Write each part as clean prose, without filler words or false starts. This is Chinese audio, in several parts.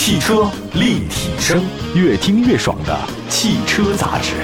汽车立体声，越听越爽的汽车杂志。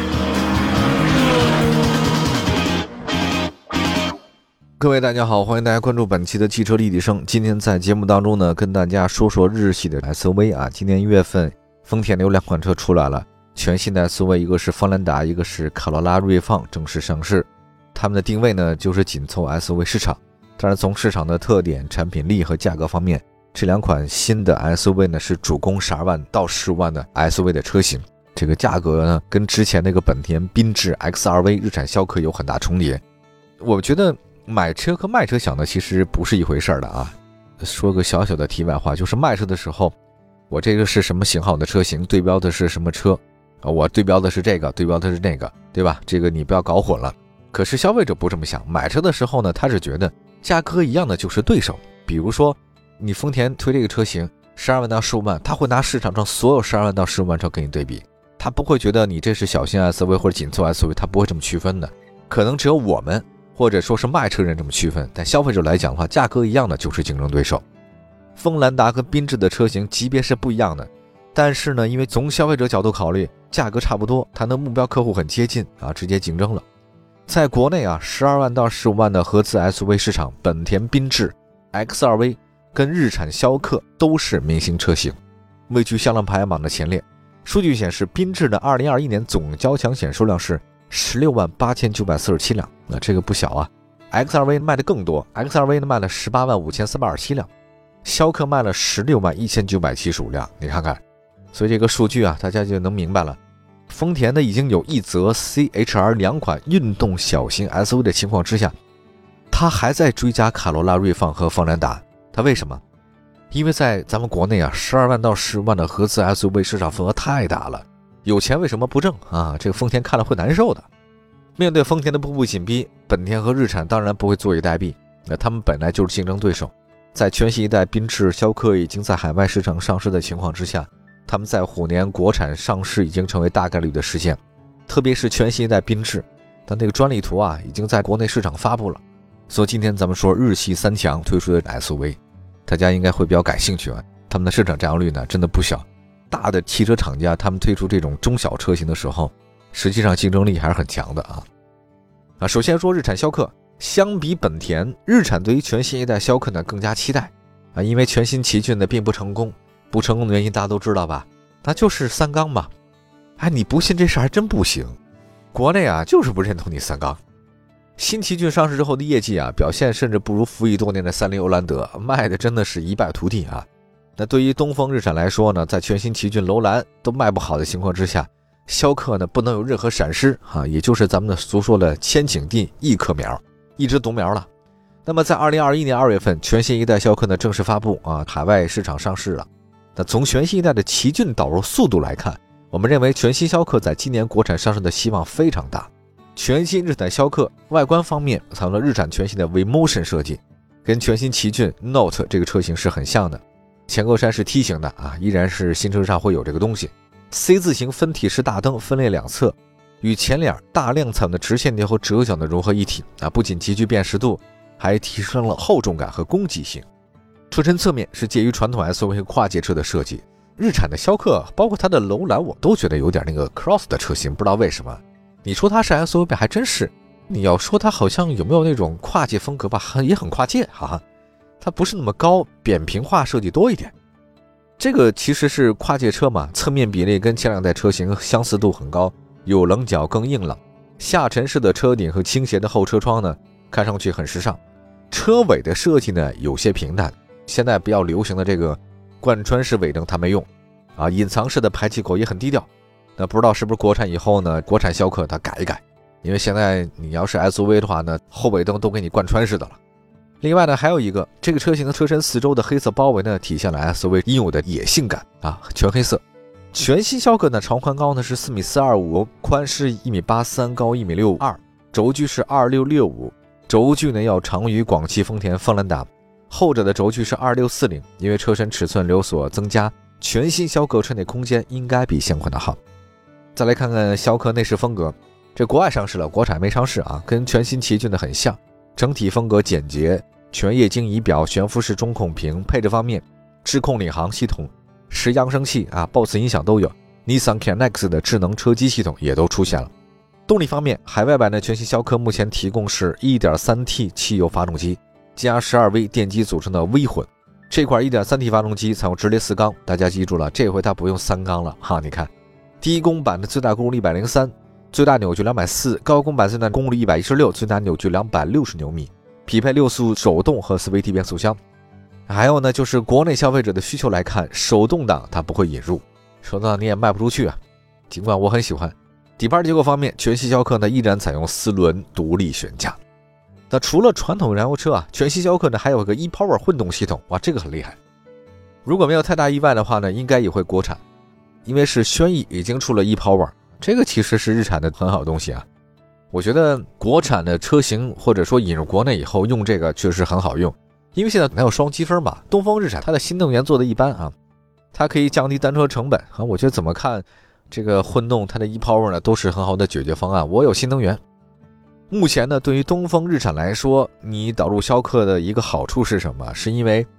各位大家好，欢迎大家关注本期的汽车立体声。今天在节目当中呢，跟大家说说日系的 SUV 啊。今年1月份，丰田有2款车出来了，全新的 SUV， 一个是锋兰达，一个是卡罗拉锐放正式上市。他们的定位呢，就是紧凑 SUV 市场。当然，从市场的特点、产品力和价格方面，这2款新的 SUV 呢是主攻12万到15万的 SUV 的车型。这个价格呢，跟之前那个本田缤智 XR-V 日产逍客有很大重叠。我觉得买车和卖车想的其实不是一回事的啊。说个小小的题外话，就是卖车的时候，我这个是什么型号的车型，对标的是什么车啊？我对标的是这个，对标的是那个，对吧？这个你不要搞混了。可是消费者不这么想，买车的时候呢，他是觉得价格一样的就是对手。比如说你丰田推这个车型12万到15万，他会拿市场上所有12万到15万车跟你对比，他不会觉得你这是小型 SUV 或者紧凑 SUV， 他不会这么区分的。可能只有我们或者说是卖车人这么区分，但消费者来讲的话，价格一样的就是竞争对手。锋兰达和缤智的车型级别是不一样的，但是呢，因为从消费者角度考虑，价格差不多，它的目标客户很接近啊，直接竞争了。在国内啊，12万到15万的合资 SUV 市场，本田缤智 XR-V 跟日产逍客都是明星车型，位居销量排行榜的前列。数据显示，缤智的2021年总交强险数量是16万8947辆，那这个不小啊。XR-V 卖的更多， XR-V 卖了18万5327辆，逍客卖了16万1975辆，你看看。所以这个数据啊，大家就能明白了。丰田呢已经有一泽 CHR 2款运动小型 SUV 的情况之下，它还在追加卡罗拉锐放和锋兰达。它为什么？因为在咱们国内啊，12万到15万的合资 SUV 市场份额太大了，有钱为什么不挣啊？这个丰田看了会难受的。面对丰田的步步紧逼，本田和日产当然不会坐以待毙，那他们本来就是竞争对手。在全新一代缤智、逍客已经在海外市场上市的情况之下，他们在虎年国产上市已经成为大概率的事件。特别是全新一代缤智，但那个专利图啊已经在国内市场发布了。所以今天咱们说日系3强推出的 SUV， 大家应该会比较感兴趣啊。他们的市场占有率呢真的不小，大的汽车厂家他们推出这种中小车型的时候，实际上竞争力还是很强的啊。首先说日产逍客，相比本田，日产对于全新一代逍客呢更加期待啊，因为全新奇骏呢并不成功，不成功的原因大家都知道吧？那就是3缸嘛。哎，你不信这事还真不行，国内啊就是不认同你3缸。新奇骏上市之后的业绩啊表现甚至不如服役多年的30欧蓝德，卖的真的是一败涂地啊。那对于东风日产来说呢，在全新奇骏楼兰都卖不好的情况之下，逍客呢不能有任何闪失啊，也就是咱们的俗说的千顷地一棵苗，一枝独苗了。那么在2021年2月份，全新一代逍客呢正式发布啊，海外市场上市了。那从全新一代的奇骏导入速度来看，我们认为全新逍客在今年国产上市的希望非常大。全新日产逍客外观方面采用了日产全新的 V-Motion 设计，跟全新奇骏 Note 这个车型是很像的。前格栅是梯形的啊，依然是新车上会有这个东西。C 字形分体式大灯分列两侧，与前脸大量采用的直线条和折角的融合一体啊，不仅极具辨识度，还提升了厚重感和攻击性。车身侧面是介于传统 SUV 和跨界车的设计。日产的逍客包括它的楼兰，我都觉得有点那个 Cross 的车型，不知道为什么。你说它是 SUV 还真是，你要说它好像有没有那种跨界风格吧，也很跨界哈，它不是那么高，扁平化设计多一点。这个其实是跨界车嘛，侧面比例跟前2代车型相似度很高，有棱角更硬朗，下沉式的车顶和倾斜的后车窗呢，看上去很时尚。车尾的设计呢有些平淡，现在比较流行的这个贯穿式尾灯它没用啊，隐藏式的排气口也很低调。那不知道是不是国产以后呢，国产逍客它改一改，因为现在你要是 SUV 的话呢，后尾灯都给你贯穿式的了。另外呢，还有一个这个车型的车身四周的黑色包围呢，体现了 SUV 应有的野性感啊，全黑色。全新逍客呢，长宽高呢是4.425米，宽是1.83米，高1.62米，轴距是2665，轴距呢要长于广汽丰田锋兰达，后者的轴距是2640，因为车身尺寸有所增加，全新逍客车内空间应该比现款的好。再来看看逍客内饰风格，这国外上市了，国产没上市啊，跟全新奇骏的很像，整体风格简洁，全液晶仪表、悬浮式中控屏。配置方面，智控领航系统 10扬声器啊 ，BOSS 音响都有。Nissan Connect 的智能车机系统也都出现了。动力方面，海外版的全新逍客目前提供是 1.3T 汽油发动机加 12V 电机组成的微混。这块 1.3T 发动机采用直列4缸，大家记住了，这回它不用3缸了哈。你看，低功版的最大功率103，最大扭矩240，高功版最大功率116，最大扭矩260牛米，匹配6速手动和 4VT 变速箱。还有呢，就是国内消费者的需求来看，手动挡它不会引入，手动挡你也卖不出去啊。尽管我很喜欢。底盘结构方面，全系逍客呢依然采用4轮独立悬架。那除了传统燃油车啊，全系逍客呢还有个 ePower 混动系统，哇，这个很厉害。如果没有太大意外的话呢，应该也会国产，因为是轩逸已经出了 ePower， 这个其实是日产的很好的东西啊。我觉得国产的车型或者说引入国内以后用这个确实很好用，因为现在没有双积分嘛。东风日产它的新能源做的一般啊，它可以降低单车成本啊。我觉得怎么看这个混动它的 ePower 呢都是很好的解决方案。我有新能源。目前呢，对于东风日产来说，你导入逍客的一个好处是什么？是因为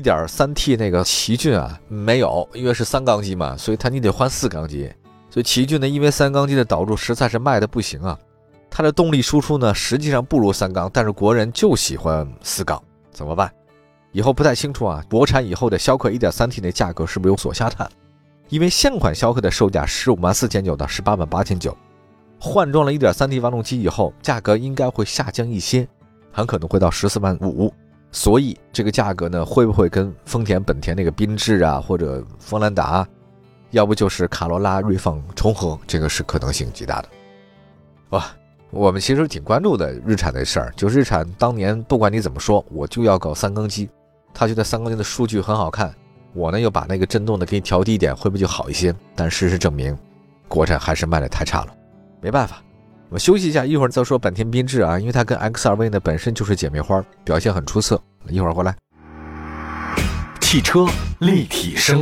1.3T 那个奇骏啊没有，因为是3缸机嘛，所以你得换4缸机。所以奇骏呢，因为3缸机的导入实在是卖的不行啊。它的动力输出呢实际上不如3缸，但是国人就喜欢4缸，怎么办？以后不太清楚啊，国产以后的逍客 1.3T 的价格是不是有所下探？因为现款逍客的售价154900到188900，换装了 1.3T 发动机以后，价格应该会下降一些，很可能会到145000。所以这个价格呢，会不会跟丰田、本田那个缤智啊，或者锋兰达，要不就是卡罗拉、锐放重合，这个是可能性极大的。哇，我们其实挺关注的日产的事儿，就日产当年不管你怎么说，我就要搞3缸机，他觉得3缸机的数据很好看。我呢又把那个震动的给你调低一点，会不会就好一些？但事实证明，国产还是卖的太差了，没办法。我们休息一下，一会儿再说本田缤智啊，因为它跟 X2V 呢本身就是姐妹花，表现很出色。一会儿回来。 汽车立体声，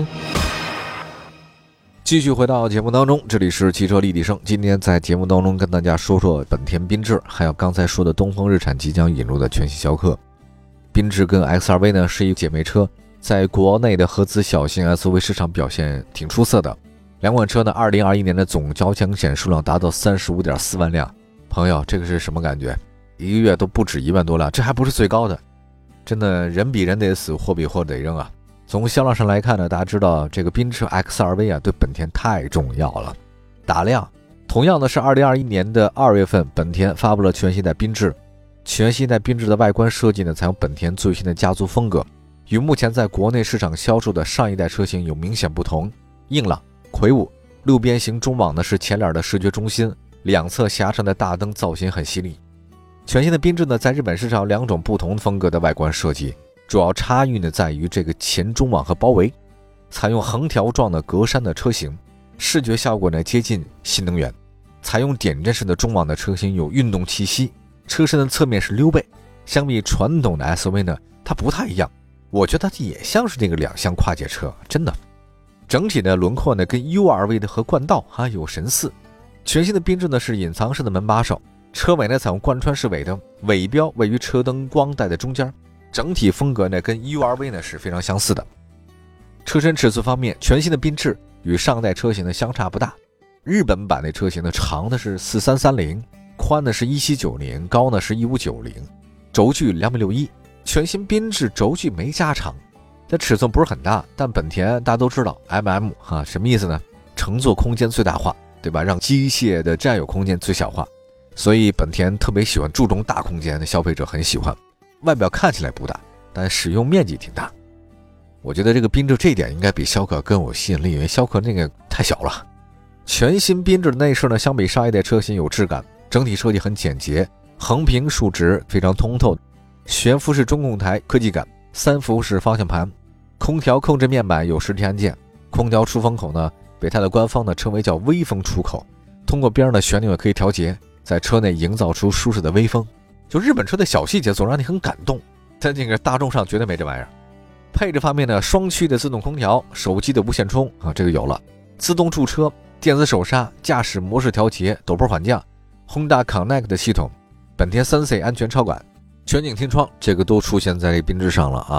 继续回到节目当中，这里是汽车立体声。今天在节目当中跟大家说说本田缤智，还有刚才说的东风日产即将引入的全系逍客。缤智跟 X2V 呢是一姐妹车。在国内的合资小型 SUV 市场表现挺出色的，两款车呢2021年的总交强险数量达到 35.4 万辆。朋友，这个是什么感觉？一个月都不止1万多辆，这还不是最高的。真的人比人得死，货比货得扔啊。从销量上来看呢，大家知道这个缤智 X2V 啊对本田太重要了。打量同样的是2021年的2月份，本田发布了全新一代缤智。全新一代缤智的外观设计呢采用本田最新的家族风格，与目前在国内市场销售的上一代车型有明显不同。硬朗魁梧，六边形中网呢是前脸的视觉中心，两侧狭长的大灯造型很犀利。全新的缤智呢在日本市场有2种不同风格的外观设计，主要差异呢在于这个前中网和包围，采用横条状的格栅的车型，视觉效果呢接近新能源。采用点阵式的中网的车型有运动气息，车身的侧面是溜背，相比传统的 SUV 呢它不太一样，我觉得它也像是那个2厢跨界车，真的。整体的轮廓呢跟 URV 的和冠道有神似。全新的缤智呢是隐藏式的门把手，车尾呢采用贯穿式尾灯，尾标位于车灯光带的中间，整体风格呢跟 URV 呢是非常相似的。车身尺寸方面，全新的缤智与上代车型呢相差不大。日本版的车型呢长的是4330，宽的是1790，高呢是1590，轴距2.61米。全新缤智轴距没加长，它尺寸不是很大，但本田大家都知道 什么意思呢？乘坐空间最大化，对吧？让机械的占有空间最小化，所以本田特别喜欢注重大空间的消费者很喜欢。外表看起来不大，但使用面积挺大。我觉得这个缤智这一点应该比逍客更有吸引力，因为逍客那个太小了。全新缤智的内饰呢，相比上一代车型有质感，整体设计很简洁，横平竖直非常通透。悬浮式中控台科技感，3辐式方向盘，空调控制面板有实体按键，空调出风口呢被它的官方呢称为叫微风出口，通过边的旋钮也可以调节，在车内营造出舒适的微风。就日本车的小细节总让你很感动，在那个大众上绝对没这玩意儿。配置方面呢，双区的自动空调，手机的无线充这个有了，自动驻车，电子手刹，驾驶模式调节，陡坡缓降， Honda Connect 的系统，本田3C 安全超感，全景天窗，这个都出现在这缤智上了啊。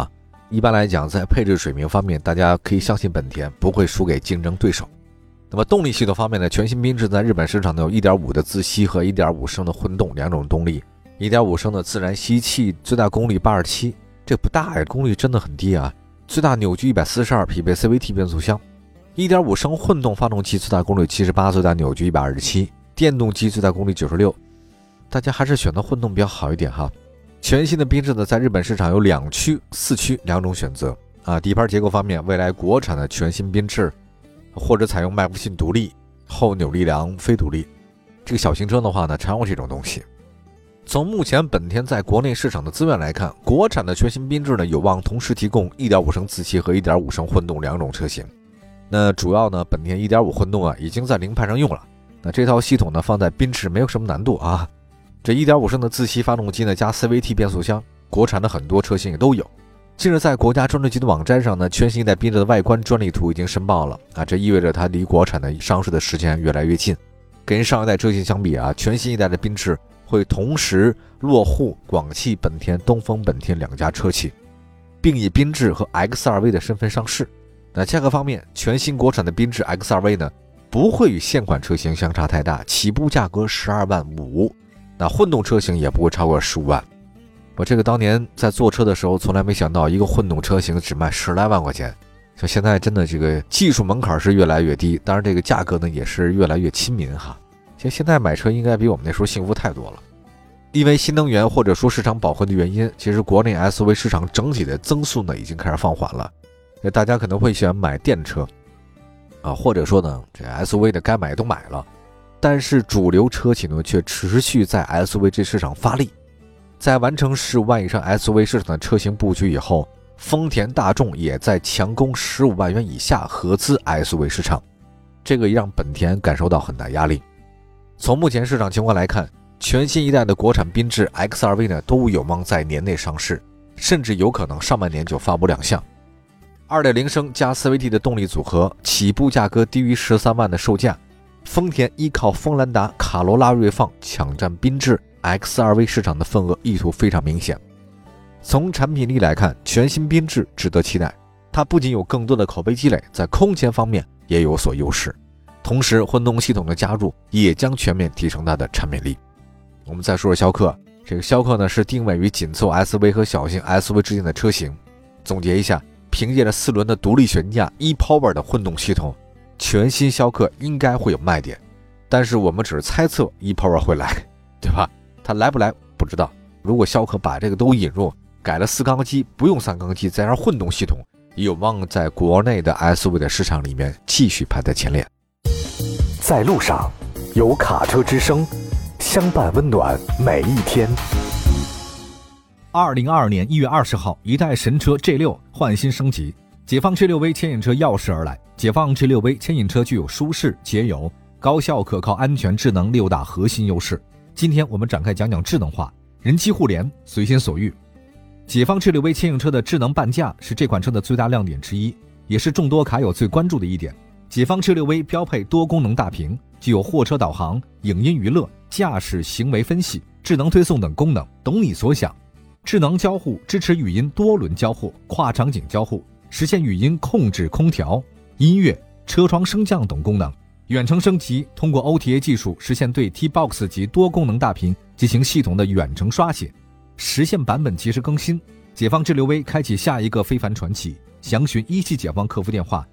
一般来讲，在配置水平方面，大家可以相信本田不会输给竞争对手。那么动力系统方面呢，全新缤智在日本市场呢有 1.5 的自吸和 1.5 升的混动两种动力。1.5 升的自然吸气，最大功率87，这不大呀，功率真的很低啊。最大扭矩142，匹配 CVT 变速箱。1.5 升混动发动机最大功率78，最大扭矩127，电动机最大功率96。大家还是选择混动比较好一点哈。全新的缤智呢，在日本市场有2驱、4驱两种选择啊。底盘结构方面，未来国产的全新缤智或者采用麦弗逊独立、后扭力梁非独立。这个小型车的话呢，常用这种东西。从目前本田在国内市场的资源来看，国产的全新缤智呢，有望同时提供 1.5 升自吸和 1.5 升混动两种车型。那主要呢，本田 1.5 混动啊，已经在凌派上用了。那这套系统呢，放在缤智没有什么难度啊。这 1.5 升的自吸发动机呢，加 CVT 变速箱，国产的很多车型也都有。近日在国家专利局的网站上呢，全新一代缤智的外观专利图已经申报了啊，这意味着它离国产的上市的时间越来越近。跟上一代车型相比啊，全新一代的缤智会同时落户广汽本田、东风本田两家车企，并以缤智和 X2V 的身份上市。那价格方面，全新国产的缤智 X2V 呢，不会与现款车型相差太大，起步价格12.5万，那混动车型也不会超过15万。我这个当年在坐车的时候，从来没想到一个混动车型只卖10来万块钱。就现在真的这个技术门槛是越来越低，当然这个价格呢也是越来越亲民哈。其实现在买车应该比我们那时候幸福太多了。因为新能源或者说市场饱和的原因，其实国内 SUV 市场整体的增速呢已经开始放缓了。大家可能会喜欢买电车啊，或者说呢这 SUV 的该买都买了，但是主流车企呢却持续在 SUV 这市场发力。在完成15万以上 SUV 市场的车型布局以后，丰田、大众也在强攻15万元以下合资 SUV 市场，这个也让本田感受到很大压力。从目前市场情况来看，全新一代的国产缤智 X2V 呢都有望在年内上市，甚至有可能上半年就发布亮相。2.0 升加 CVT 的动力组合，起步价格低于13万的售价，丰田依靠锋兰达、卡罗拉锐放抢占缤智 X2V 市场的份额意图非常明显。从产品力来看，全新缤智值得期待，它不仅有更多的口碑积累，在空间方面也有所优势，同时混动系统的加入也将全面提升它的产品力。我们再说说逍客，这个逍客呢是定位于紧凑 SUV 和小型 SUV 之间的车型。总结一下，凭借着4轮的独立悬架 ePower 的混动系统，全新逍客应该会有卖点，但是我们只是猜测 ePower 会来，对吧？它来不来不知道。如果逍客把这个都引入，改了4缸机，不用3缸机，再加上混动系统，也有望在国内的 SUV 的市场里面继续排在前列。 在路上，有卡车之声，相伴温暖每一天。 2022年1月20号，一代神车 G6 换新升级，解放 G6V 牵引车耀世而来。解放 G6V 牵引车具有舒适、节油、高效、可靠、安全、智能6大核心优势。今天我们展开讲讲智能化、人机互联、随心所欲。解放 G6V 牵引车的智能半驾是这款车的最大亮点之一，也是众多卡友最关注的一点。解放 G6V 标配多功能大屏，具有货车导航、影音娱乐、驾驶行为分析、智能推送等功能，懂你所想。智能交互支持语音多轮交互、跨场景交互，实现语音控制空调、音乐、车窗升降等功能。远程升级，通过 OTA 技术实现对 T-Box 及多功能大屏进行系统的远程刷写，实现版本及时更新。解放 G6V 开启下一个非凡传奇，详询17解放客服电话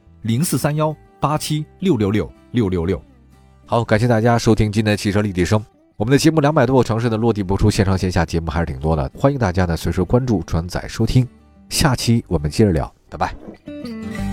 043187666666。 好，感谢大家收听今天的汽车立体声。我们的节目200多个城市的落地播出，线上线下节目还是挺多的，欢迎大家呢随时关注、转载收听。下期我们接着聊，拜拜。